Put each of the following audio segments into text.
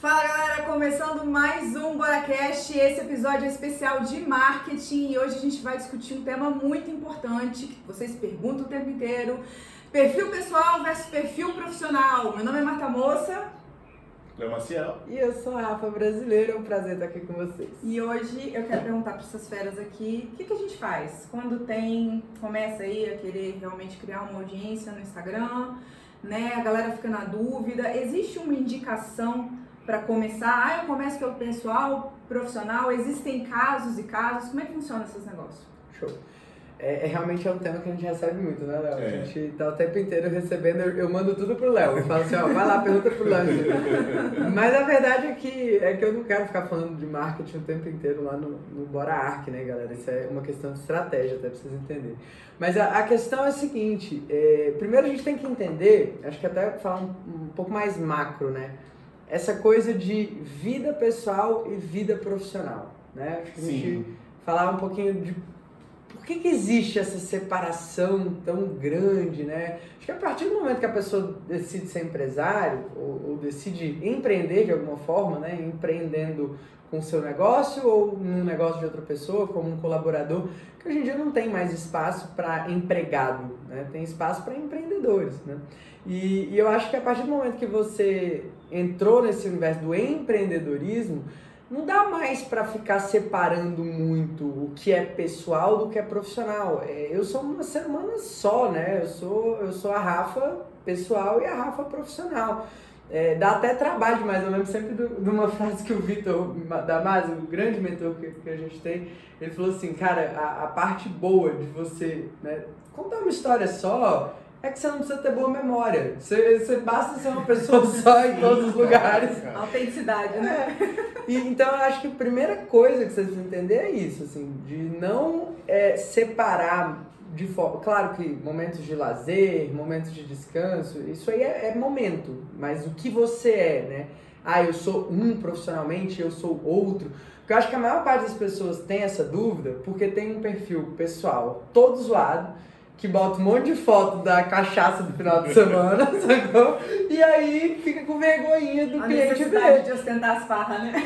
Fala galera, começando mais um BoraCast. Esse episódio é especial de marketing e hoje a gente vai discutir um tema muito importante que vocês perguntam o tempo inteiro: perfil pessoal versus perfil profissional. Meu nome é Marta Moça. Léo Maciel. E eu sou a Rafa Brasileira, é um prazer estar aqui com vocês. E hoje eu quero perguntar para essas feras aqui, o que a gente faz quando começa aí a querer realmente criar uma audiência no Instagram, né? A galera fica na dúvida, existe uma indicação para começar? Eu começo pelo pessoal, profissional, existem casos e casos, como é que funciona esses negócios? Show. Realmente é um tema que a gente recebe muito, né, Léo? É. A gente tá o tempo inteiro recebendo, eu mando tudo pro Léo. Eu falo assim, ó, vai lá, pergunta pro Léo. Mas a verdade é que eu não quero ficar falando de marketing o tempo inteiro lá no Bora Arc, né, galera? Isso é uma questão de estratégia, até pra vocês entenderem. Mas a questão é a seguinte, primeiro a gente tem que entender, acho que até falar um pouco mais macro, né? Essa coisa de vida pessoal e vida profissional, né? Acho que a gente falar um pouquinho de por que existe essa separação tão grande, né? Acho que a partir do momento que a pessoa decide ser empresário ou decide empreender de alguma forma, né? Empreendendo com o seu negócio ou num negócio de outra pessoa, como um colaborador, que hoje em dia não tem mais espaço para empregado, né? Tem espaço para empreendedores, né? E eu acho que a partir do momento que você entrou nesse universo do empreendedorismo, não dá mais para ficar separando muito o que é pessoal do que é profissional. Eu sou uma ser humana só, né? Eu sou a Rafa pessoal e a Rafa profissional. Dá até trabalho demais. Eu lembro sempre de uma frase que o Vitor Damasio, o grande mentor que a gente tem, ele falou assim, cara, a parte boa de você, né, contar uma história só é que você não precisa ter boa memória. Você basta ser uma pessoa só em todos os lugares. Autenticidade, né? Então eu acho que a primeira coisa que vocês precisam entender é isso, assim, de não separar de forma. Claro que momentos de lazer, momentos de descanso, isso aí é momento, mas o que você é, né? Eu sou um profissionalmente, eu sou outro. Porque eu acho que a maior parte das pessoas tem essa dúvida porque tem um perfil pessoal todo zoado, que bota um monte de foto da cachaça do final de semana, sacou? E aí fica com vergonhinha do cliente ver. De ostentar as farras, né?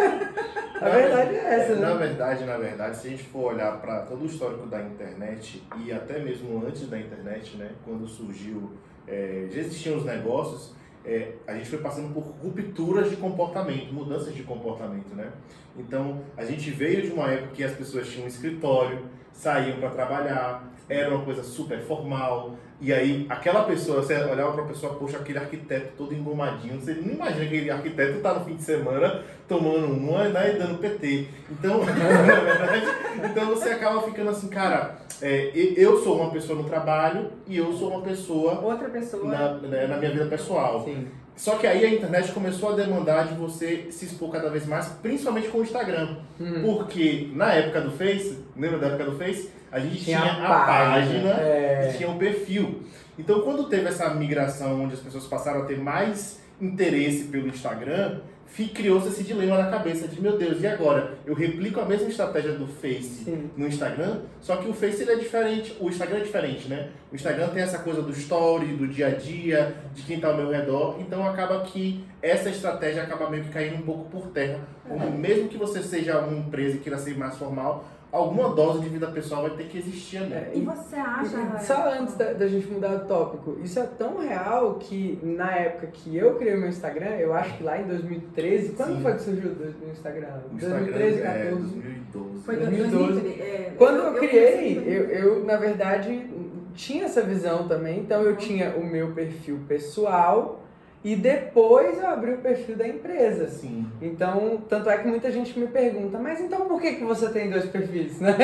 A verdade é essa, né? Na verdade, se a gente for olhar para todo o histórico da internet e até mesmo antes da internet, né, quando surgiu, já existiam os negócios, a gente foi passando por rupturas de comportamento, mudanças de comportamento, né? Então, a gente veio de uma época que as pessoas tinham um escritório, saíam para trabalhar, era uma coisa super formal, e aí aquela pessoa, você olhava para a pessoa, poxa, aquele arquiteto todo engomadinho, você não imagina que aquele arquiteto tá no fim de semana tomando uma, né, e dando PT. Então, na verdade, então você acaba ficando assim, cara, eu sou uma pessoa no trabalho e eu sou uma pessoa... Outra pessoa. Na minha vida pessoal. Sim. Só que aí a internet começou a demandar de você se expor cada vez mais, principalmente com o Instagram. Porque na época do Face, lembra da época do Face? A gente tinha a página e tinha o perfil. Então quando teve essa migração onde as pessoas passaram a ter mais interesse pelo Instagram, criou-se esse dilema na cabeça de, meu Deus, e agora? Eu replico a mesma estratégia do Face no Instagram, só que o Face ele é diferente, o Instagram é diferente, né? O Instagram tem essa coisa do story, do dia a dia, de quem está ao meu redor, então acaba que essa estratégia acaba meio que caindo um pouco por terra. Mesmo que você seja uma empresa e queira ser mais formal, alguma dose de vida pessoal vai ter que existir ali. E você acha... Só antes da gente mudar o tópico, isso é tão real que na época que eu criei meu Instagram, eu acho que lá em 2013, quando foi que surgiu o Instagram? 2013, 14? 2012. Foi 2012. Quando eu criei, eu na verdade tinha essa visão também, então eu tinha o meu perfil pessoal e depois eu abri o perfil da empresa. Sim. Então, tanto é que muita gente me pergunta, mas então por que você tem dois perfis, né?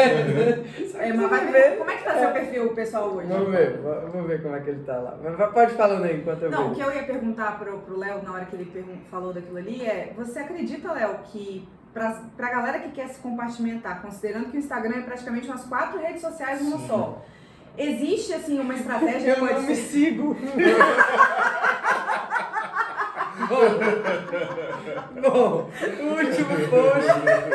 Mas como é que tá seu perfil pessoal hoje? Vamos ver como é que ele tá lá. Mas pode falando aí enquanto eu vejo. Não, o que eu ia perguntar pro Léo na hora que ele falou daquilo ali você acredita, Léo, que pra galera que quer se compartimentar, considerando que o Instagram é praticamente umas 4 redes sociais uma só, existe assim uma estratégia que eu pode não me sigo. Bom, o último post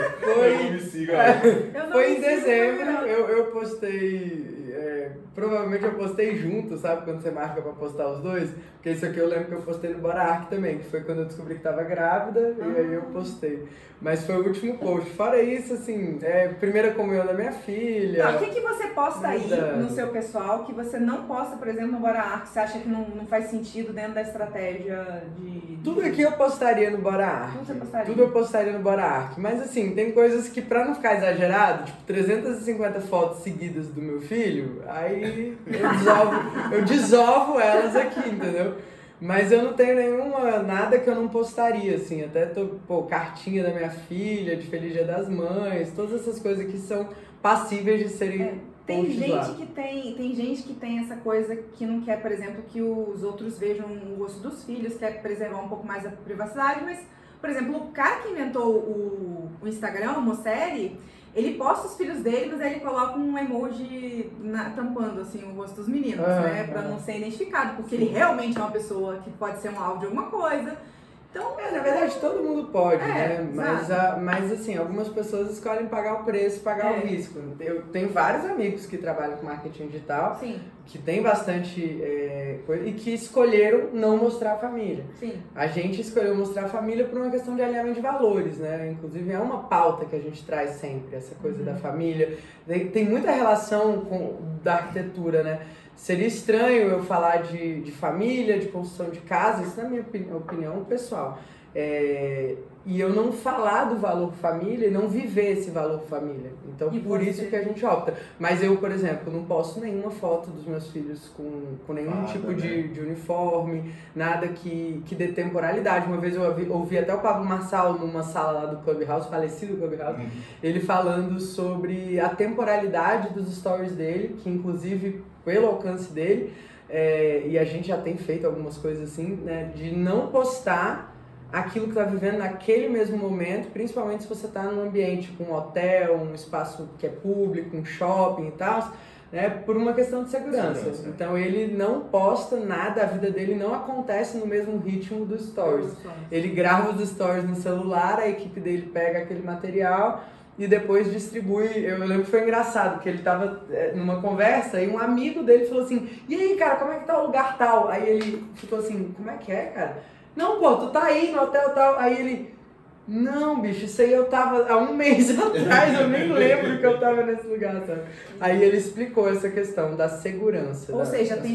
foi em dezembro. Eu postei. Provavelmente eu postei junto, sabe? Quando você marca pra postar os dois. Porque isso aqui eu lembro que eu postei no Bora Ark também, que foi quando eu descobri que tava grávida, e aí eu postei. Mas foi o último post. Fora isso, assim, primeira comunhão da minha filha. Não, o que você posta aí no seu pessoal que você não posta, por exemplo, no Bora Ark? Você acha que não faz sentido dentro da estratégia de... Tudo aqui eu postaria no Bora Ark. Tudo eu postaria no Bora Ark. Mas assim, tem coisas que pra não ficar exagerado, tipo 350 fotos seguidas do meu filho, aí eu desovo elas aqui, entendeu? Mas eu não tenho nada que eu não postaria, assim, até cartinha da minha filha, de Feliz Dia das Mães, todas essas coisas que são passíveis de serem tem gente que tem essa coisa que não quer, por exemplo, que os outros vejam o rosto dos filhos, quer preservar um pouco mais a privacidade, mas, por exemplo, o cara que inventou o Instagram, o Mosseri, ele posta os filhos dele, mas aí ele coloca um emoji tampando assim, o rosto dos meninos, né? Pra não ser identificado, porque ele realmente é uma pessoa que pode ser um áudio alguma coisa. Então, na verdade, todo mundo pode, né? Mas assim, algumas pessoas escolhem pagar o preço, pagar o risco. Eu tenho vários amigos que trabalham com marketing digital, que tem bastante coisa, e que escolheram não mostrar a família. Sim. A gente escolheu mostrar a família por uma questão de alinhamento de valores, né? Inclusive, é uma pauta que a gente traz sempre, essa coisa da família. Tem muita relação da arquitetura, né? Seria estranho eu falar de família, de construção de casa, isso na minha opinião pessoal. E eu não falar do valor família e não viver esse valor família. Então, por isso que a gente opta. Mas eu, por exemplo, não posto nenhuma foto dos meus filhos com nenhum tipo de uniforme, nada que dê temporalidade. Uma vez eu ouvi até o Pablo Marçal numa sala lá do Clubhouse, falecido Clubhouse, ele falando sobre a temporalidade dos stories dele, que inclusive pelo alcance dele, e a gente já tem feito algumas coisas assim, né, de não postar aquilo que está vivendo naquele mesmo momento, principalmente se você está num ambiente com um hotel, um espaço que é público, um shopping e tal, né, por uma questão de segurança. Então ele não posta nada, a vida dele não acontece no mesmo ritmo dos stories. Ele grava os stories no celular, a equipe dele pega aquele material e depois distribui. Eu lembro que foi engraçado, que ele tava numa conversa e um amigo dele falou assim: e aí, cara, como é que tá o lugar tal? Aí ele ficou assim: como é que é, cara? Não, pô, tu tá aí no hotel tal. Aí ele: não, bicho, isso aí eu tava há um mês atrás, eu nem lembro que eu tava nesse lugar, sabe? Aí ele explicou essa questão da segurança. Ou seja, tem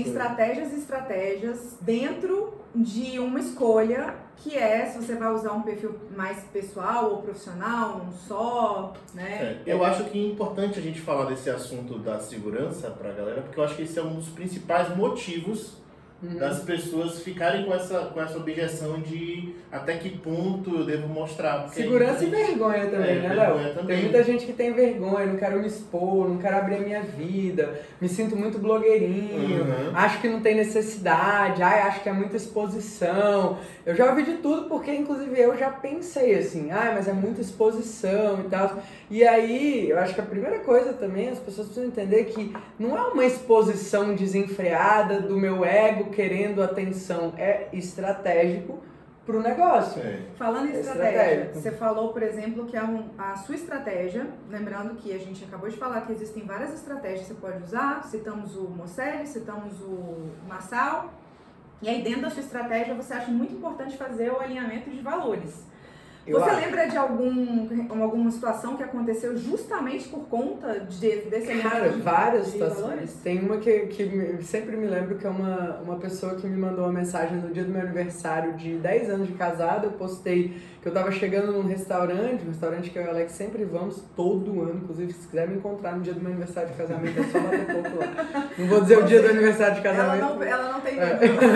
estratégias dentro de uma escolha, que se você vai usar um perfil mais pessoal ou profissional, um só, né? Eu acho que é importante a gente falar desse assunto da segurança pra galera, porque eu acho que esse é um dos principais motivos das pessoas ficarem com essa objeção de até que ponto eu devo mostrar. Segurança e vergonha também, né, Léo? Tem muita gente que tem vergonha, não quero me expor, não quero abrir a minha vida, me sinto muito blogueirinho, acho que não tem necessidade, acho que é muita exposição. Eu já ouvi de tudo, porque inclusive eu já pensei assim, mas é muita exposição e tal. E aí, eu acho que a primeira coisa também, as pessoas precisam entender que não é uma exposição desenfreada do meu ego querendo atenção, é estratégico pro negócio. Falando em estratégia, você falou, por exemplo, que a sua estratégia, lembrando que a gente acabou de falar que existem várias estratégias que você pode usar, citamos o Mosseri, citamos o Marçal, e aí dentro da sua estratégia você acha muito importante fazer o alinhamento de valores. Você lembra de alguma situação que aconteceu justamente por conta desse alinhamento? Cara, várias situações. Valores? Tem uma que sempre me lembro, que é uma pessoa que me mandou uma mensagem no dia do meu aniversário de 10 anos de casado. Eu postei que eu tava chegando num restaurante que eu e o Alex sempre vamos, todo ano. Inclusive, se quiser me encontrar no dia do meu aniversário de casamento, é só bater pouco lá. Não vou dizer o dia do aniversário de casamento. Ela não tem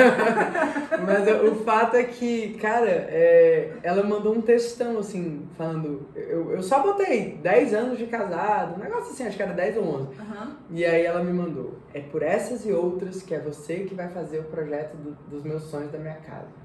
Mas o fato é que, cara, ela mandou um textão, assim, falando... Eu só botei 10 anos de casado, um negócio assim, acho que era 10 ou 11. E aí ela me mandou: é por essas e outras que é você que vai fazer o projeto dos meus sonhos da minha casa.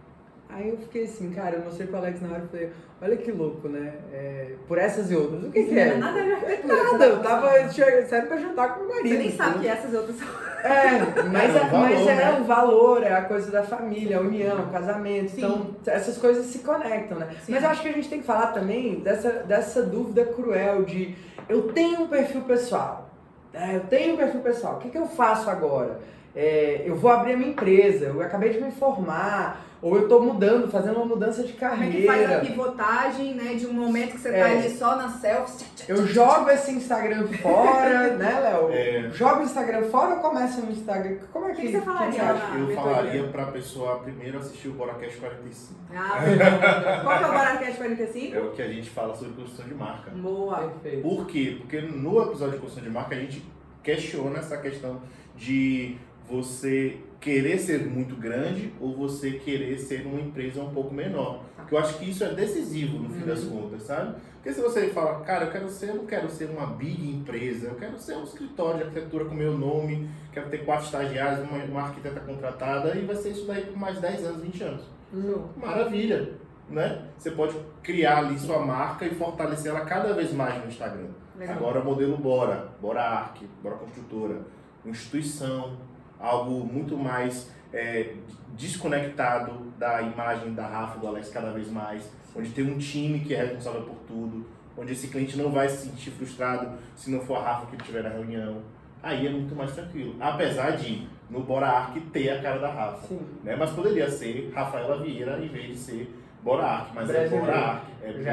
Aí eu fiquei assim, cara, eu mostrei pro Alex na hora e falei, olha que louco, né? Por essas e outras. O que é? Não nada a ver com nada, eu tava saindo pra jantar com o marido. Você nem sabe que essas outras são. Mas é o valor, é a coisa da família, a união, o casamento. Sim. Então, essas coisas se conectam, né? Sim. Mas eu acho que a gente tem que falar também dessa dúvida cruel de eu tenho um perfil pessoal. O que eu faço agora? Eu vou abrir a minha empresa, eu acabei de me formar, ou eu tô mudando, fazendo uma mudança de carreira. Como é que faz a pivotagem, né, de um momento que você tá ali só na selfie? Eu jogo esse Instagram fora, né, Léo? Jogo o Instagram fora ou começa no Instagram? Como é que você falaria? Eu falaria pra pessoa primeiro assistir o BoraCast 45. Qual que é o BoraCast 45? É o que a gente fala sobre construção de marca. Boa. Perfeito. Por quê? Porque no episódio de construção de marca a gente questiona essa questão de você querer ser muito grande ou você querer ser uma empresa um pouco menor. Porque eu acho que isso é decisivo no fim das contas, sabe? Porque se você fala, cara, eu não quero ser uma big empresa, eu quero ser um escritório de arquitetura com meu nome, quero ter 4 estagiários, uma arquiteta contratada, e vai ser isso daí por mais 10 anos, 20 anos. Maravilha, né? Você pode criar ali sua marca e fortalecer ela cada vez mais no Instagram. Legal. Agora o modelo Bora Arc, Bora Construtora, uma instituição, algo muito mais desconectado da imagem da Rafa, do Alex cada vez mais, onde tem um time que é responsável por tudo, onde esse cliente não vai se sentir frustrado se não for a Rafa que estiver na reunião. Aí é muito mais tranquilo, apesar de no Bora Arc ter a cara da Rafa, né? Mas poderia ser Rafaela Vieira em vez de ser Bora Arc, mas brasileiro. É Bora Arc.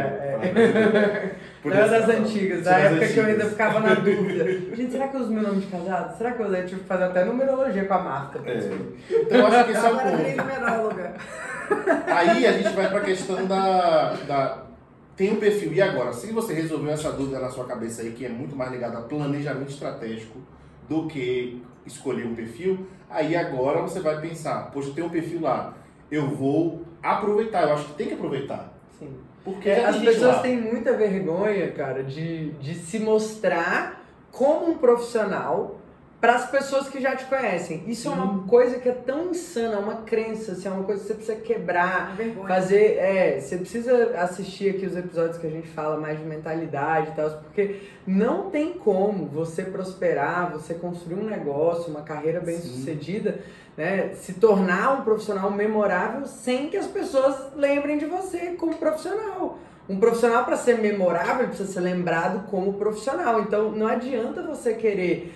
Não é das antigas, da época que eu ainda ficava na dúvida. Gente, será que eu uso meu nome de casado? Será que eu tive que fazer até numerologia com a marca? Então eu acho que esse é o ponto. Agora virei numeróloga. Aí a gente vai pra questão tem um perfil, e agora? Se você resolveu essa dúvida na sua cabeça aí, que é muito mais ligada a planejamento estratégico do que escolher um perfil, aí agora você vai pensar, poxa, tem um perfil lá, eu vou aproveitar, eu acho que tem que aproveitar. Sim. Porque as pessoas têm muita vergonha, cara, de se mostrar como um profissional para as pessoas que já te conhecem. Isso é uma coisa que é tão insana, é uma crença, assim, é uma coisa que você precisa quebrar, fazer, você precisa assistir aqui os episódios que a gente fala mais de mentalidade e tal, porque não tem como você prosperar, você construir um negócio, uma carreira bem sucedida, né, se tornar um profissional memorável sem que as pessoas lembrem de você como profissional. Um profissional, para ser memorável, ele precisa ser lembrado como profissional. Então, não adianta você querer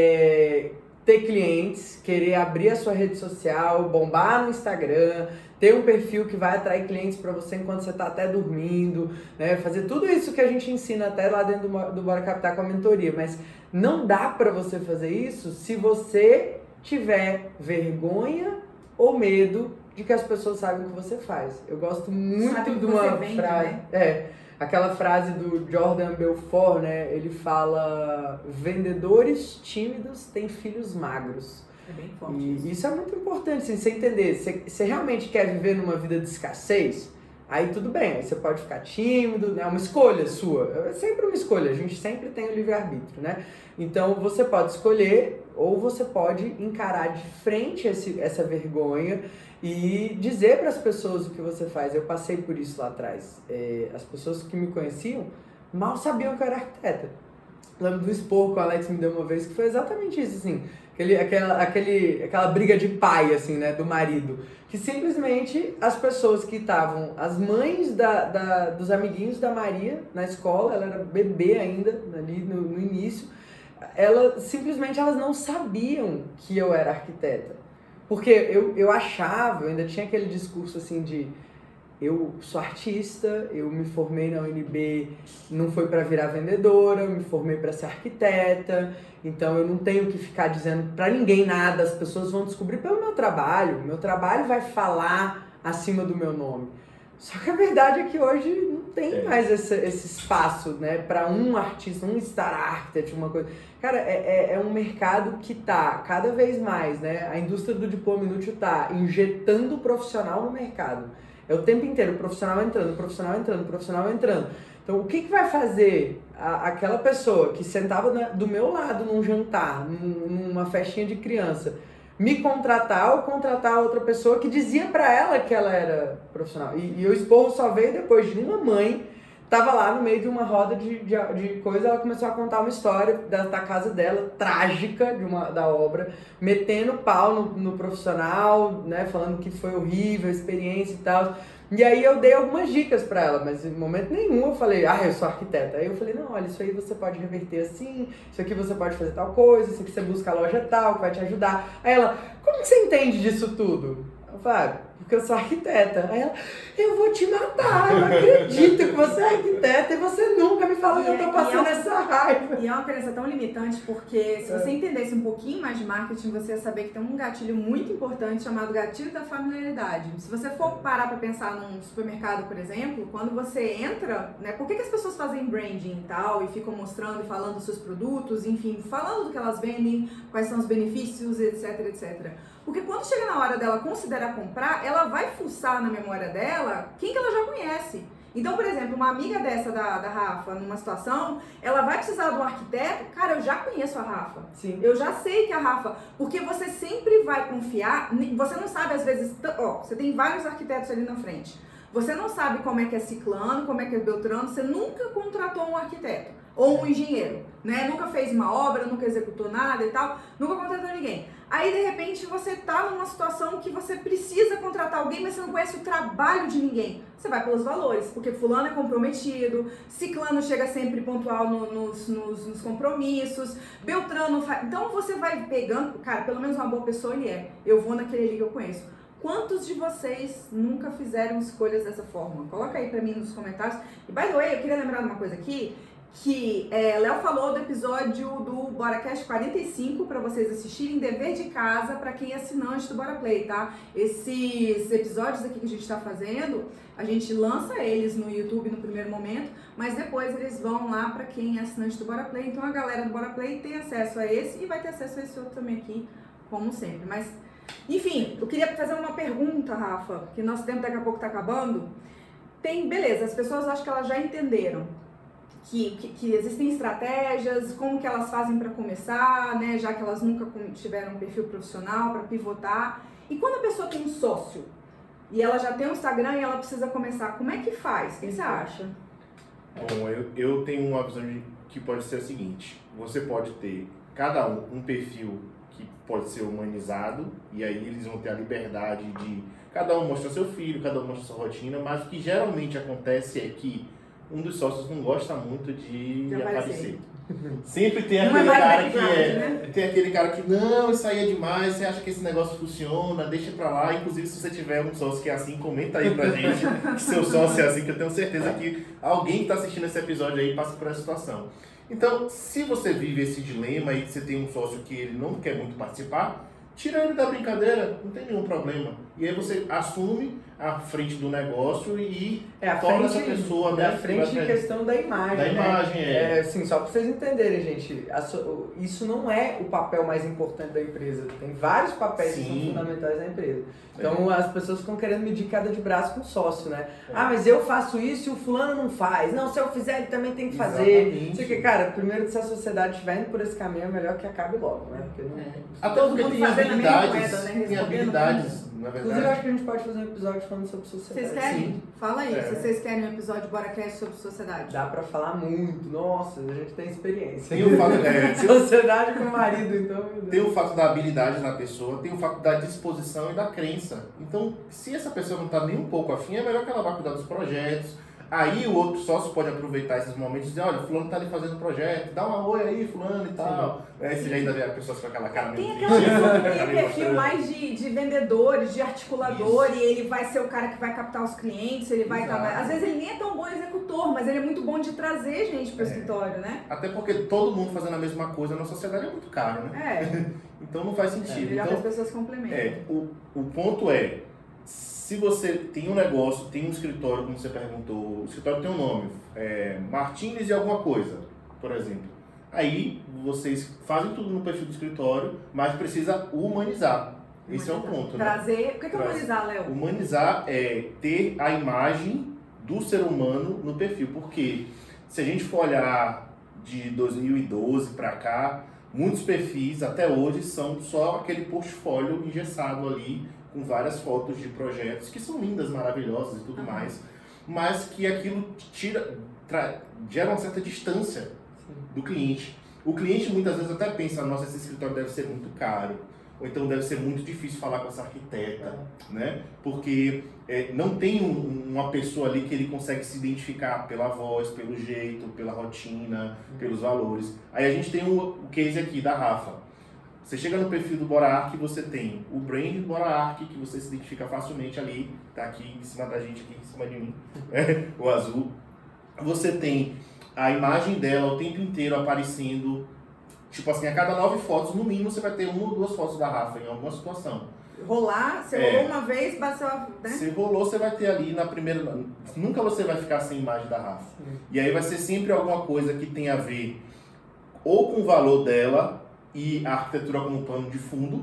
ter clientes, querer abrir a sua rede social, bombar no Instagram, ter um perfil que vai atrair clientes para você enquanto você está até dormindo, né? Fazer tudo isso que a gente ensina até lá dentro do Bora Captar com a mentoria. Mas não dá para você fazer isso se você tiver vergonha ou medo de que as pessoas saibam o que você faz. Eu gosto muito de uma frase, né? Aquela frase do Jordan Belfort, né? Ele fala: vendedores tímidos têm filhos magros. É bem forte. E isso é muito importante, assim, você entender. Você realmente quer viver numa vida de escassez? Aí tudo bem, aí você pode ficar tímido, né? É uma escolha sua. É sempre uma escolha, a gente sempre tem o livre-arbítrio, né? Então você pode escolher, ou você pode encarar de frente essa vergonha e dizer para as pessoas o que você faz. Eu passei por isso lá atrás. As pessoas que me conheciam mal sabiam que eu era arquiteta. Eu lembro do expor que o Alex me deu uma vez, que foi exatamente isso, assim. Aquela briga de pai, assim, né, do marido. Que simplesmente as pessoas que estavam, as mães dos amiguinhos da Maria na escola, ela era bebê ainda, ali no início, simplesmente elas não sabiam que eu era arquiteta. Porque eu achava, eu ainda tinha aquele discurso assim de: eu sou artista, eu me formei na UNB, não foi para virar vendedora, eu me formei para ser arquiteta, então eu não tenho que ficar dizendo para ninguém nada, as pessoas vão descobrir pelo meu trabalho vai falar acima do meu nome. Só que a verdade é que hoje não tem mais esse espaço, né, para um artista, um star architect, uma coisa. Cara, é um mercado que tá cada vez mais, né, a indústria do diploma inútil tá injetando o profissional no mercado. É o tempo inteiro, o profissional entrando, o profissional entrando, o profissional entrando. Então, o que vai fazer aquela pessoa que sentava do meu lado num jantar, numa festinha de criança, me contratar ou contratar outra pessoa que dizia pra ela que ela era profissional. E o esporro só veio depois de uma mãe, tava lá no meio de uma roda de coisa, ela começou a contar uma história da casa dela, trágica, da obra, metendo pau no profissional, né, falando que foi horrível a experiência e tal. E aí eu dei algumas dicas pra ela, mas em momento nenhum eu falei, eu sou arquiteta. Aí eu falei, não, olha, isso aí você pode reverter assim, isso aqui você pode fazer tal coisa, isso aqui você busca a loja tal, que vai te ajudar. Aí ela, como que você entende disso tudo? Eu falei, porque eu sou arquiteta. Aí ela, eu vou te matar, eu não acredito que você é arquiteta e você nunca me fala que eu tô passando essa raiva. E é uma crença tão limitante, porque se você entendesse um pouquinho mais de marketing, você ia saber que tem um gatilho muito importante chamado gatilho da familiaridade. Se você for parar pra pensar num supermercado, por exemplo, quando você entra, né, por que as pessoas fazem branding e tal, e ficam mostrando e falando dos seus produtos, enfim, falando do que elas vendem, quais são os benefícios, etc, etc. Porque quando chega na hora dela considerar comprar, ela vai fuçar na memória dela quem que ela já conhece. Então, por exemplo, uma amiga dessa da Rafa, numa situação, ela vai precisar de um arquiteto. Cara, eu já conheço a Rafa. Sim. Eu já sei que a Rafa... Porque você sempre vai confiar... Você não sabe, às vezes... você tem vários arquitetos ali na frente. Você não sabe como é que é ciclano, como é que é beltrano. Você nunca contratou um arquiteto. Ou um engenheiro, né? Nunca fez uma obra, nunca executou nada e tal. Nunca contratou ninguém. Aí, de repente, você tá numa situação que você precisa contratar alguém, mas você não conhece o trabalho de ninguém. Você vai pelos valores, porque fulano é comprometido, ciclano chega sempre pontual nos compromissos, beltrano faz... Então, você vai pegando... Cara, pelo menos uma boa pessoa ele é. Eu vou naquele ali que eu conheço. Quantos de vocês nunca fizeram escolhas dessa forma? Coloca aí pra mim nos comentários. E, by the way, eu queria lembrar de uma coisa aqui, que Léo falou do episódio do BoraCast 45 para vocês assistirem, dever de casa para quem é assinante do BoraPlay, tá? Esses episódios aqui que a gente está fazendo, a gente lança eles no YouTube no primeiro momento, mas depois eles vão lá para quem é assinante do BoraPlay. Então a galera do BoraPlay tem acesso a esse e vai ter acesso a esse outro também aqui, como sempre. Mas, enfim, eu queria fazer uma pergunta, Rafa, que nosso tempo daqui a pouco está acabando. Beleza, as pessoas acho que elas já entenderam que existem estratégias, como que elas fazem para começar, né, já que elas nunca tiveram um perfil profissional para pivotar. E quando a pessoa tem um sócio e ela já tem um Instagram e ela precisa começar, como é que faz? O que você acha? Bom, eu tenho uma visão que pode ser a seguinte: você pode ter cada um perfil que pode ser humanizado, e aí eles vão ter a liberdade de cada um mostrar seu filho, cada um mostra sua rotina, mas o que geralmente acontece é que um dos sócios não gosta muito de aparecer. Sempre tem aquele cara que né? Tem aquele cara que, não, isso aí é demais, você acha que esse negócio funciona, deixa pra lá. Inclusive, se você tiver um sócio que é assim, comenta aí pra gente que seu sócio é assim, que eu tenho certeza que alguém que tá assistindo esse episódio aí passa por essa situação. Então, se você vive esse dilema e você tem um sócio que ele não quer muito participar, tira ele da brincadeira, não tem nenhum problema. E aí você assume a frente do negócio e torna essa pessoa... É a frente de questão da imagem. Da imagem, assim, só para vocês entenderem, gente, isso não é o papel mais importante da empresa. Tem vários papéis que são fundamentais na empresa. Então as pessoas ficam querendo medir queda de braço com o sócio, né? Mas eu faço isso e o fulano não faz. Não, se eu fizer, ele também tem que fazer. Isso que, cara, primeiro, se a sociedade estiver indo por esse caminho, é melhor que acabe logo, né? Porque não... Até todo mundo fazendo a mesma moeda, né? Tem habilidades, na verdade. Inclusive, eu acho que a gente pode fazer um episódio falando sobre sociedade. Vocês querem? Sim. Fala aí, se vocês querem um episódio de BoraCast sobre sociedade. Dá pra falar muito. Nossa, a gente tem experiência. Tem o fato sociedade com o marido, então... Tem o fato da habilidade na pessoa, tem o fato da disposição e da crença. Então, se essa pessoa não tá nem um pouco afim, é melhor que ela vá cuidar dos projetos. Aí o outro sócio pode aproveitar esses momentos e dizer, olha, fulano tá ali fazendo um projeto, dá uma oi aí, fulano e tal. Aí você já ainda vê a pessoa com aquela cara meio triste. Tem aquela pessoa que tem perfil mais de vendedores, de articulador, e ele vai ser o cara que vai captar os clientes, ele vai estar... Às vezes ele nem é tão bom executor, mas ele é muito bom de trazer gente pro escritório, né? Até porque todo mundo fazendo a mesma coisa na sociedade é muito caro, né? Então não faz sentido. Melhor então, que as pessoas complementem. O ponto é, se você tem um negócio, tem um escritório, como você perguntou, o escritório tem um nome, Martins e alguma coisa, por exemplo. Aí vocês fazem tudo no perfil do escritório, mas precisa humanizar. Esse é o ponto. Trazer. Né? O que é humanizar, Léo? Humanizar é ter a imagem do ser humano no perfil. Porque se a gente for olhar de 2012 para cá, muitos perfis até hoje são só aquele portfólio engessado ali, com várias fotos de projetos que são lindas, maravilhosas e tudo mais, mas que aquilo gera uma certa distância do cliente. O cliente muitas vezes até pensa, nossa, esse escritório deve ser muito caro, ou então deve ser muito difícil falar com essa arquiteta, né? Porque não tem uma pessoa ali que ele consegue se identificar pela voz, pelo jeito, pela rotina, pelos valores. Aí a gente tem o case aqui da Rafa. Você chega no perfil do BoraArch e você tem o brand do BoraArch, que você se identifica facilmente ali, tá aqui em cima da gente, aqui em cima de mim, o azul. Você tem a imagem dela o tempo inteiro aparecendo, tipo assim, a cada 9 fotos, no mínimo, você vai ter 1 ou 2 fotos da Rafa em alguma situação. Rolar, você rolou uma vez, bateu, né? Se rolou, você vai ter ali na primeira... Nunca você vai ficar sem imagem da Rafa. E aí vai ser sempre alguma coisa que tem a ver ou com o valor dela e a arquitetura como pano de fundo,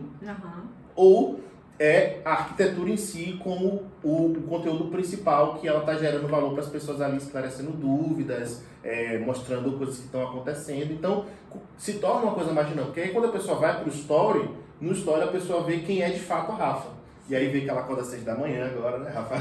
ou a arquitetura em si como o conteúdo principal que ela está gerando valor para as pessoas ali, esclarecendo dúvidas, mostrando coisas que estão acontecendo. Então, se torna uma coisa mais dinâmica. Porque aí quando a pessoa vai para o story, no story a pessoa vê quem é de fato a Rafa. E aí vê que ela acorda às 6 da manhã agora, né, Rafa?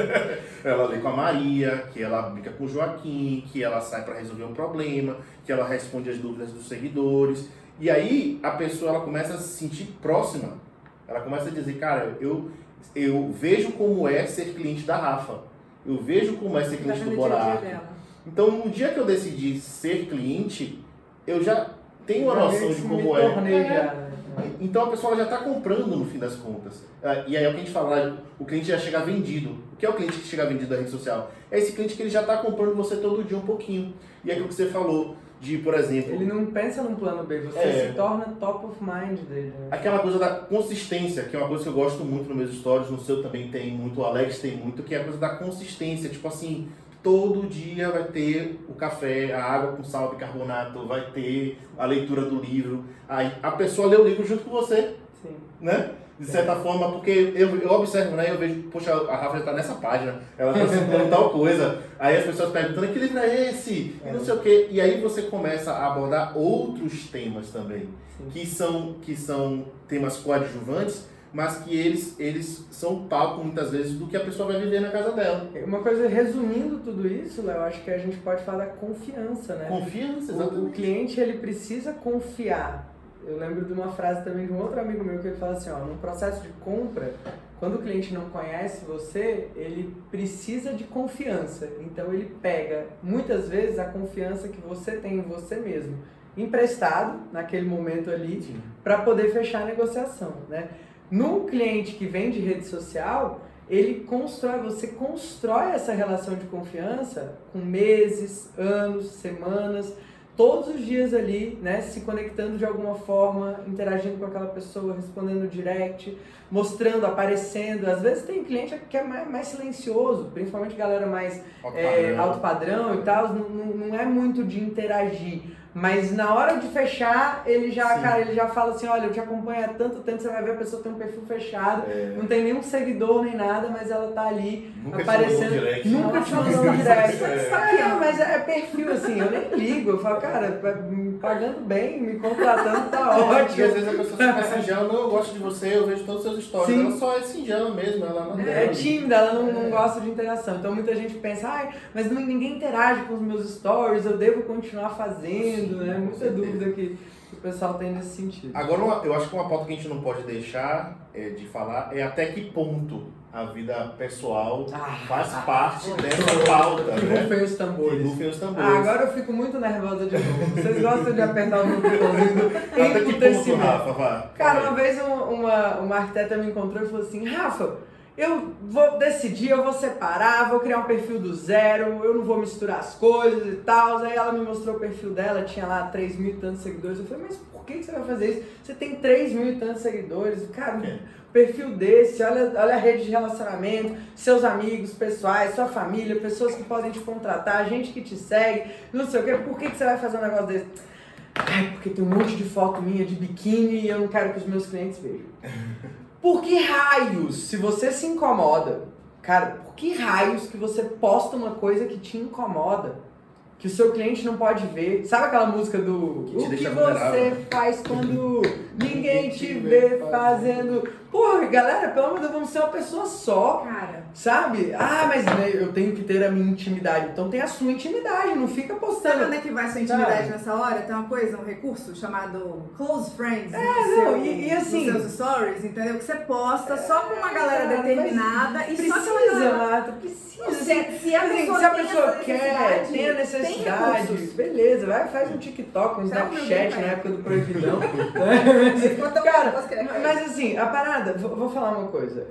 Ela vê com a Maria, que ela brinca com o Joaquim, que ela sai para resolver um problema, que ela responde as dúvidas dos seguidores. E aí a pessoa ela começa a se sentir próxima. Ela começa a dizer, cara, eu vejo como é ser cliente da Rafa. Eu vejo como é ser cliente do BoraArch. Então, no dia que eu decidi ser cliente, eu já tenho uma noção de como é. Então a pessoa já está comprando no fim das contas. E aí é o que a gente fala, o cliente já chega vendido. O que é o cliente que chega vendido da rede social? É esse cliente que ele já está comprando você todo dia um pouquinho. E é aquilo que você falou, de, por exemplo... Ele não pensa num plano B, você se torna top of mind dele. Né? Aquela coisa da consistência, que é uma coisa que eu gosto muito nos meus stories, no seu também tem muito, o Alex tem muito, que é a coisa da consistência. Tipo assim, todo dia vai ter o café, a água com sal, bicarbonato, vai ter a leitura do livro. Aí a pessoa lê o livro junto com você, né? De certa forma, porque eu observo, né? Eu vejo, poxa, a Rafa já tá nessa página, ela tá citando tal coisa. Aí as pessoas perguntando, que livro é esse? E não sei o quê. E aí você começa a abordar outros temas também, que são temas coadjuvantes, mas que eles são palco muitas vezes do que a pessoa vai viver na casa dela. Uma coisa, resumindo tudo isso, Léo, acho que a gente pode falar da confiança, né? Confiança, exatamente. O cliente, ele precisa confiar. Eu lembro de uma frase também de um outro amigo meu que ele fala assim, ó, no processo de compra, quando o cliente não conhece você, ele precisa de confiança. Então ele pega, muitas vezes, a confiança que você tem em você mesmo, emprestado naquele momento ali, para poder fechar a negociação, né? No cliente que vem de rede social, você constrói essa relação de confiança com meses, anos, semanas, todos os dias ali, né, se conectando de alguma forma, interagindo com aquela pessoa, respondendo direct, mostrando, aparecendo. Às vezes tem cliente que é mais silencioso, principalmente galera mais alto padrão e tal, não é muito de interagir. Mas na hora de fechar, ele já fala assim, olha, eu te acompanho há tanto tempo, você vai ver a pessoa tem um perfil fechado, não tem nenhum seguidor nem nada, mas ela tá ali aparecendo. Nunca te mandou um direct. Mas é perfil assim, eu nem ligo, eu falo, cara, me pagando bem, me contratando, tá ótimo. E às vezes a pessoa fica singela, não, eu gosto de você, eu vejo todos os seus stories. Ela só é singela mesmo, ela não é tímida, ela não gosta de interação. Então muita gente pensa, mas ninguém interage com os meus stories, eu devo continuar fazendo. Né? Muita dúvida que o pessoal tem nesse sentido. Agora, eu acho que uma pauta que a gente não pode deixar de falar é até que ponto a vida pessoal faz parte dessa pauta. Que rufem os tambores. Agora eu fico muito nervosa de novo. Vocês gostam de apertar o meu botãozinho do até que ponto, Rafa? Vai. Cara, uma vez uma arquiteta me encontrou e falou assim, Rafa, eu vou decidir, eu vou separar, vou criar um perfil do zero, eu não vou misturar as coisas e tal. Aí ela me mostrou o perfil dela, tinha lá 3.000 e tantos seguidores. Eu falei, mas por que você vai fazer isso? Você tem 3.000 e tantos seguidores, cara, perfil desse, olha a rede de relacionamento, seus amigos pessoais, sua família, pessoas que podem te contratar, gente que te segue, não sei o quê. Por que você vai fazer um negócio desse? Porque tem um monte de foto minha de biquíni e eu não quero que os meus clientes vejam. Por que raios, se você se incomoda, cara, por que raios que você posta uma coisa que te incomoda? que o seu cliente não pode ver. Sabe aquela música do que o que você faz quando ninguém te vê fazendo... Porra, galera, pelo amor de Deus, vamos ser uma pessoa só. Cara. Sabe? Mas eu tenho que ter a minha intimidade. Então tem a sua intimidade, não fica postando. Sabe onde é que vai a sua intimidade nessa hora? Tem uma coisa, um recurso chamado Close Friends. E assim... Nos seus stories, entendeu? Que você posta só com uma galera determinada e precisa, só aquela galera... Marta, precisa. Se a pessoa quer, tem a necessidade, beleza, vai, faz um TikTok, um Snapchat na época do proibidão. Cara, mas assim, a parada, vou falar uma coisa.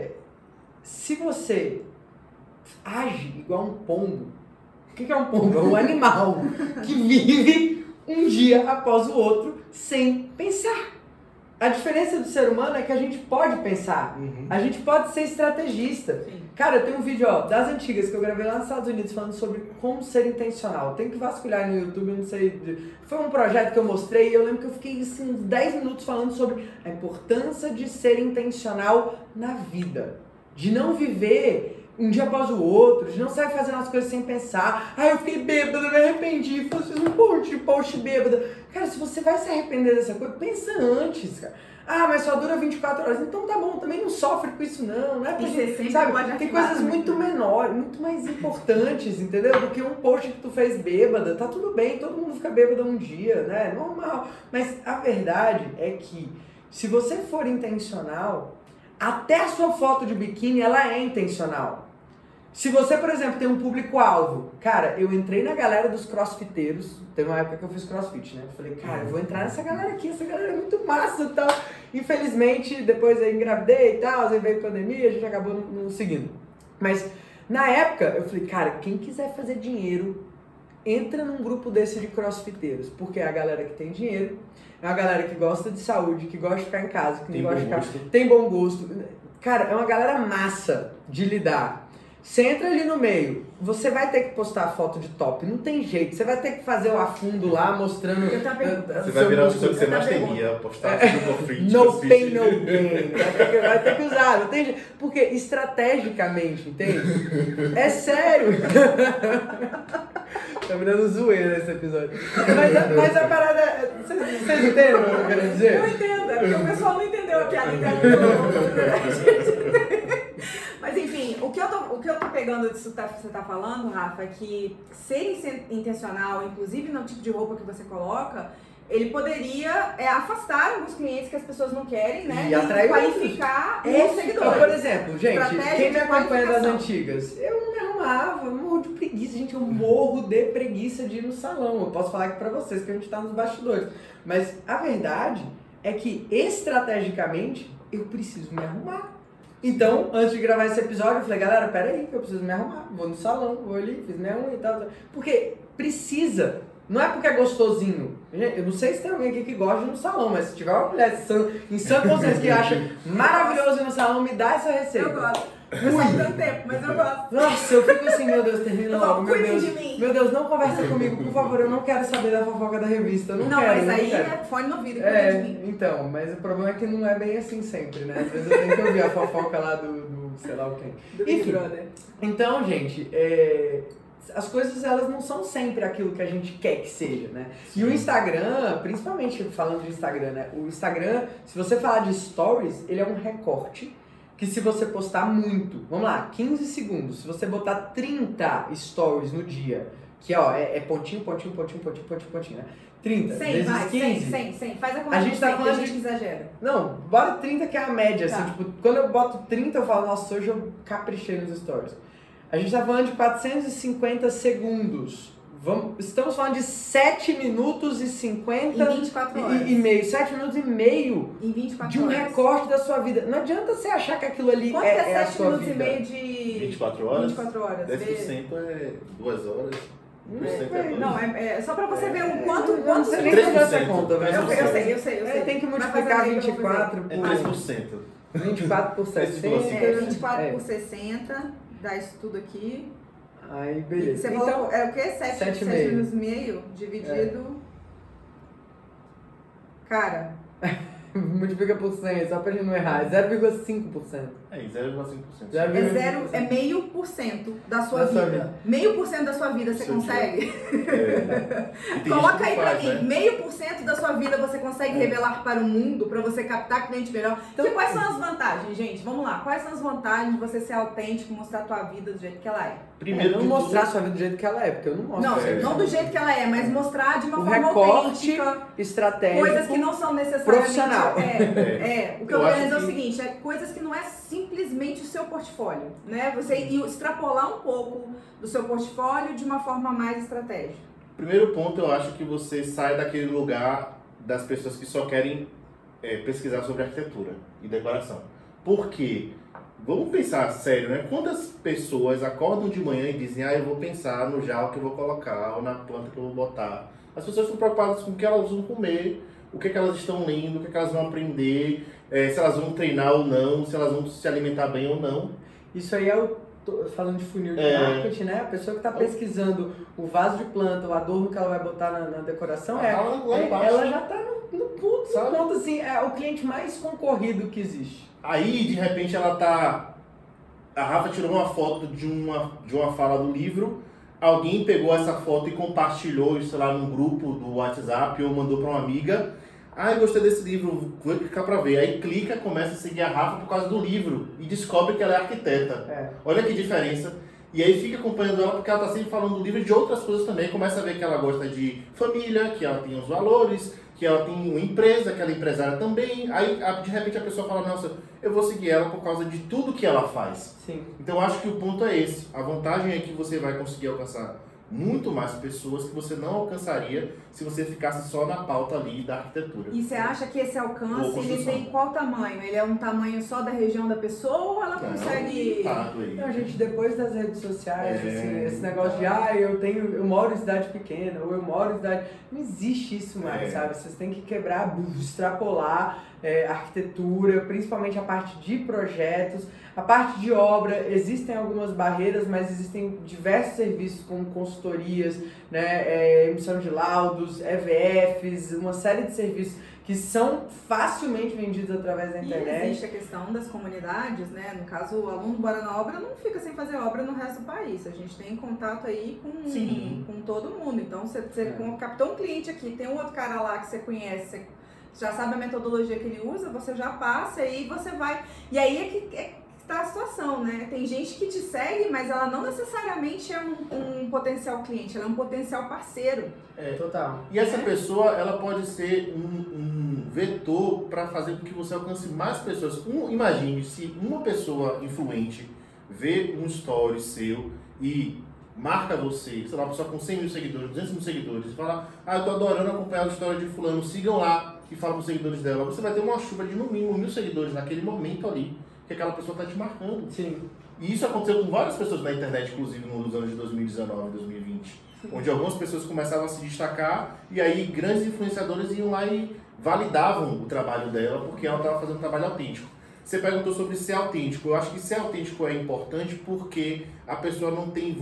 Se você age igual um pombo, o que é um pombo? É um animal que vive um dia após o outro sem pensar. A diferença do ser humano é que a gente pode pensar, a gente pode ser estrategista. Sim. Cara, eu tenho um vídeo das antigas que eu gravei lá nos Estados Unidos falando sobre como ser intencional. Tem que vasculhar no YouTube, eu não sei. Foi um projeto que eu mostrei e eu lembro que eu fiquei assim, uns 10 minutos falando sobre a importância de ser intencional na vida. De não viver um dia após o outro, de não sair fazendo as coisas sem pensar. Eu fiquei bêbada, me arrependi, fiz um post bêbada. Cara, se você vai se arrepender dessa coisa, pensa antes, cara. Mas só dura 24 horas. Então tá bom, também não sofre com isso não é pra gente, sabe? Tem coisas muito menores, muito mais importantes, entendeu? Do que um post que tu fez bêbada. Tá tudo bem, todo mundo fica bêbado um dia, né? Normal. Mas a verdade é que se você for intencional, até a sua foto de biquíni, ela é intencional. Se você, por exemplo, tem um público-alvo, cara, eu entrei na galera dos crossfiteiros, teve uma época que eu fiz crossfit, né? Eu falei, cara, eu vou entrar nessa galera aqui, essa galera é muito massa e tal. Infelizmente, depois eu engravidei e tal, aí veio pandemia, a gente acabou não seguindo. Mas, na época, eu falei, cara, quem quiser fazer dinheiro, entra num grupo desse de crossfiteiros, porque é a galera que tem dinheiro, é uma galera que gosta de saúde, que gosta de ficar em casa, que não gosta de ficar... Tem bom gosto. Cara, é uma galera massa de lidar. Você entra ali no meio, você vai ter que postar foto de top, não tem jeito. Você vai ter que fazer o afundo lá, mostrando... Você vai virar o que você mais temia, postar tudo frente. No pain, no gain. Vai ter que usar, não tem jeito. Porque estrategicamente, entende? É sério. Tá virando zoeira esse episódio. Mas a parada... Vocês entendem o que eu quero dizer? Eu entendo, é porque o pessoal não entendeu a piada interna. Mas enfim, o que eu tô pegando disso que você tá falando, Rafa, é que ser intencional, inclusive no tipo de roupa que você coloca, ele poderia afastar alguns clientes que as pessoas não querem, né? E qualificar os seguidores. Por exemplo, gente, quem me acompanha das antigas, eu não me arrumava, eu morro de preguiça, gente, eu morro de preguiça de ir no salão. Eu posso falar aqui pra vocês que a gente tá nos bastidores. Mas a verdade é que, estrategicamente, eu preciso me arrumar. Então, antes de gravar esse episódio, eu falei, galera, peraí, que eu preciso me arrumar. Vou no salão, vou ali, fiz minha unha e tal. Porque precisa. Não é porque é gostosinho. Eu não sei se tem alguém aqui que gosta de ir no salão, mas se tiver uma mulher em sã consciência que acha maravilhoso ir no salão, me dá essa receita. Eu gosto. Eu só não tenho tempo, mas eu gosto. Nossa, eu fico assim, meu Deus, termina logo. Cuidem de mim. Meu Deus, não conversa comigo, por favor, eu não quero saber da fofoca da revista. Não quero, mas aí é fone no ouvido, cuida de mim. Então, mas o problema é que não é bem assim sempre, né? Às vezes eu tenho que ouvir a fofoca lá do sei lá o quem. Enfim, então, gente, as coisas elas não são sempre aquilo que a gente quer que seja, né? Sim. E o Instagram, principalmente falando de Instagram, né? O Instagram, se você falar de stories, ele é um recorte que se você postar muito, vamos lá, 15 segundos, se você botar 30 stories no dia, que é pontinho, né? 30 vezes 15. 100. Faz a conta. A gente tá falando a gente exagera. Não, bora 30 que é a média, tá. Assim, tipo, quando eu boto 30 eu falo, nossa, hoje eu caprichei nos stories. A gente tá falando de 450 segundos. Estamos falando de 7 minutos e 50 em 24 horas. E meio. 7 minutos e meio em 24 de um recorte da sua vida. Não adianta você achar que aquilo ali é a sua vida. Quanto é 7 minutos e meio de 24 horas? 24 horas. 10% é 2 horas. Não, é só pra você ver o quanto você nem faz essa conta, velho. Eu sei. Tem que multiplicar 24 por... É 3%. 24 por 60. 24 por 60, dá isso tudo aqui. Aí, beleza. Você então, falou, é o quê? 7 minutos e meio dividido... Cara, Multiplica por 100, só pra gente não errar. 0,5%. É, 0,5%. É meio por cento da sua vida. Meio por cento da sua vida você consegue? Coloca aí pra mim, meio por cento da sua vida você consegue revelar para o mundo, pra você captar cliente melhor. Então, quais são as vantagens, gente? Vamos lá. Quais são as vantagens de você ser autêntico, mostrar a tua vida do jeito que ela é? Primeiro, não mostrar a sua vida do jeito que ela é, porque eu não mostro. Não do jeito que ela é, mas mostrar de uma forma autêntica, estratégico, coisas que não são necessariamente profissional. O que eu quero dizer é o seguinte, é coisas que não é simplesmente o seu portfólio, né? Você extrapolar um pouco do seu portfólio de uma forma mais estratégica. Primeiro ponto, eu acho que você sai daquele lugar das pessoas que só querem pesquisar sobre arquitetura e decoração. Por quê? Vamos pensar sério, né? Quantas pessoas acordam de manhã e dizem, eu vou pensar no jarro que eu vou colocar ou na planta que eu vou botar. As pessoas estão preocupadas com o que elas vão comer, o que elas estão lendo, o que elas vão aprender, se elas vão treinar ou não, se elas vão se alimentar bem ou não. Isso aí falando de funil de marketing, né? A pessoa que está pesquisando o vaso de planta, o adorno que ela vai botar na decoração, ela já está no ponto, assim, é o cliente mais concorrido que existe. Aí, de repente, a Rafa tirou uma foto de uma fala do livro, alguém pegou essa foto e compartilhou isso lá num grupo do WhatsApp ou mandou para uma amiga. Eu gostei desse livro, vou clicar para ver. Aí clica, começa a seguir a Rafa por causa do livro e descobre que ela é arquiteta. Olha que diferença. E aí fica acompanhando ela porque ela está sempre falando do livro e de outras coisas também. Começa a ver que ela gosta de família, que ela tem os valores, que ela tem uma empresa, que ela é empresária também. Aí, de repente, a pessoa fala, nossa, eu vou seguir ela por causa de tudo que ela faz. Sim. Então, eu acho que o ponto é esse. A vantagem é que você vai conseguir alcançar muito mais pessoas que você não alcançaria se você ficasse só na pauta ali da arquitetura. E você acha que esse alcance, ele tem qual tamanho? Ele é um tamanho só da região da pessoa ou ela consegue... Não, gente, depois das redes sociais, assim, esse negócio de, eu moro em cidade pequena, ou eu moro em cidade... Não existe isso mais, sabe? Vocês têm que quebrar, extrapolar arquitetura, principalmente a parte de projetos, a parte de obra. Existem algumas barreiras, mas existem diversos serviços como consultorias, né, emissão de laudos, EVFs, uma série de serviços que são facilmente vendidos através da internet. E existe a questão das comunidades, né? No caso, o aluno do Bora na Obra não fica sem fazer obra no resto do país. A gente tem contato aí com todo mundo. Então, você captou um cliente aqui, tem um outro cara lá que você conhece, você já sabe a metodologia que ele usa, você já passa e você vai. E aí é que tá a situação, né? Tem gente que te segue, mas ela não necessariamente é um potencial cliente, ela é um potencial parceiro. Total. E essa pessoa, ela pode ser um vetor para fazer com que você alcance mais pessoas. Imagine se uma pessoa influente vê um story seu e marca você, sei lá, uma pessoa com 100 mil seguidores, 200 mil seguidores, e fala, eu tô adorando acompanhar a história de fulano, sigam lá e fala para os seguidores dela. Você vai ter uma chuva de no mínimo 1000 seguidores naquele momento ali, que aquela pessoa está te marcando. Sim. E isso aconteceu com várias pessoas na internet, inclusive nos anos de 2019 e 2020. Sim. Onde algumas pessoas começavam a se destacar e aí grandes influenciadores iam lá e validavam o trabalho dela porque ela estava fazendo um trabalho autêntico. Você perguntou sobre ser autêntico. Eu acho que ser autêntico é importante porque a pessoa não tem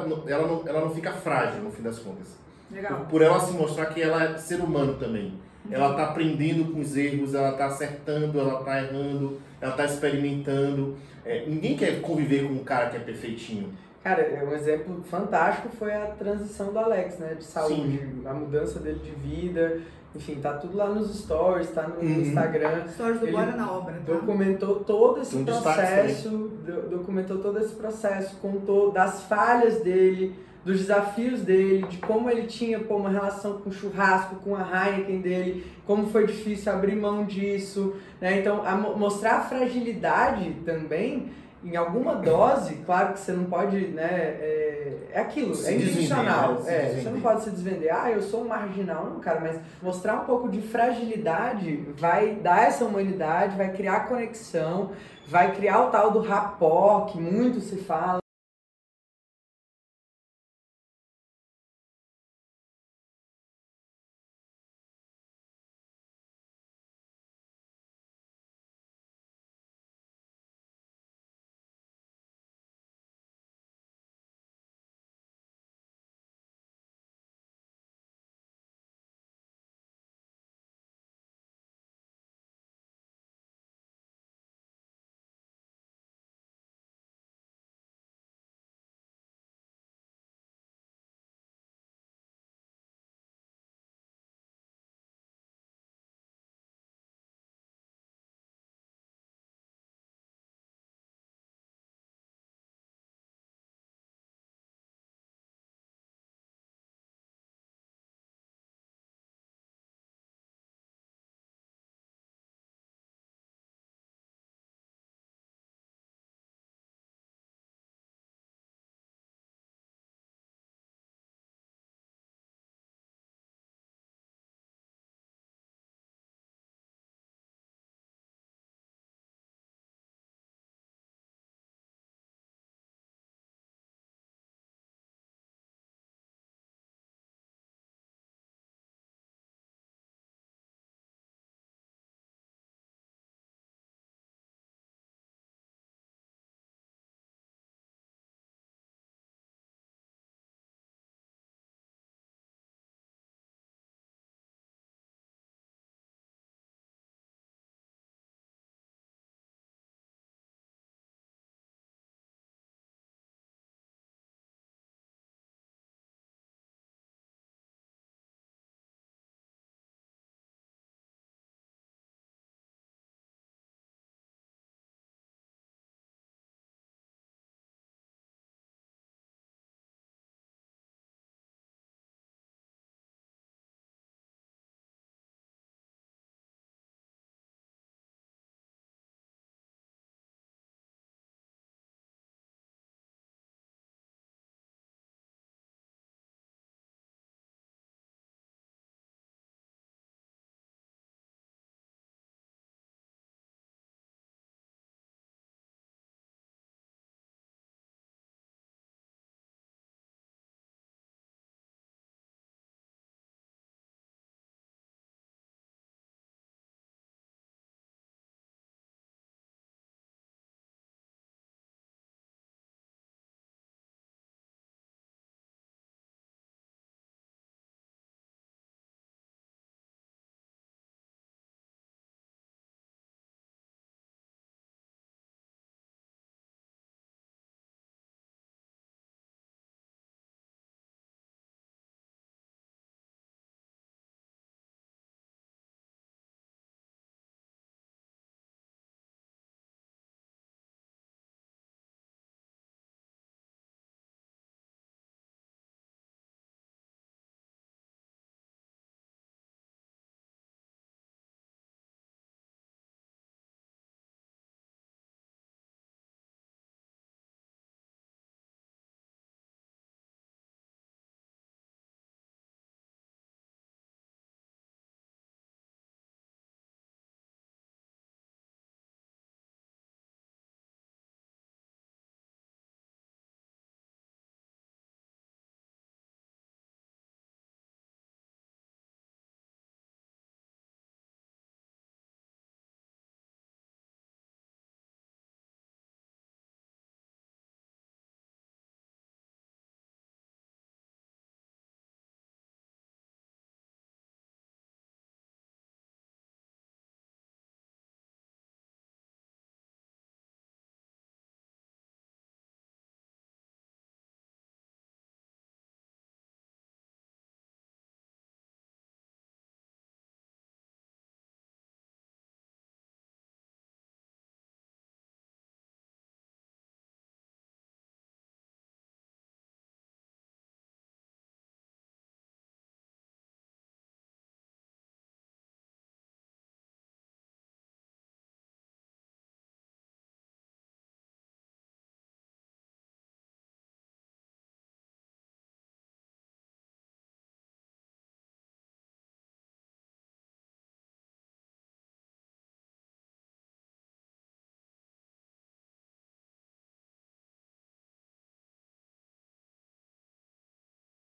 ela não fica frágil no fim das contas. Legal. Por ela se mostrar que ela é ser humano também. Ela está aprendendo com os erros, ela está acertando, ela está errando, ela está experimentando. Ninguém quer conviver com um cara que é perfeitinho. Cara, um exemplo fantástico foi a transição do Alex, né, de saúde, a mudança dele de vida, enfim, tá tudo lá nos stories, tá no Instagram. Stories do Bora na Obra, tá? Documentou todo esse processo, contou das falhas dele, dos desafios dele, de como ele tinha uma relação com o churrasco, com a Heineken dele, como foi difícil abrir mão disso, né? Então, mostrar a fragilidade também, em alguma dose, claro que você não pode, né, é aquilo, é intencional, você não pode se desvender, eu sou um marginal, não, cara, mas mostrar um pouco de fragilidade vai dar essa humanidade, vai criar conexão, vai criar o tal do rapport, que muito se fala,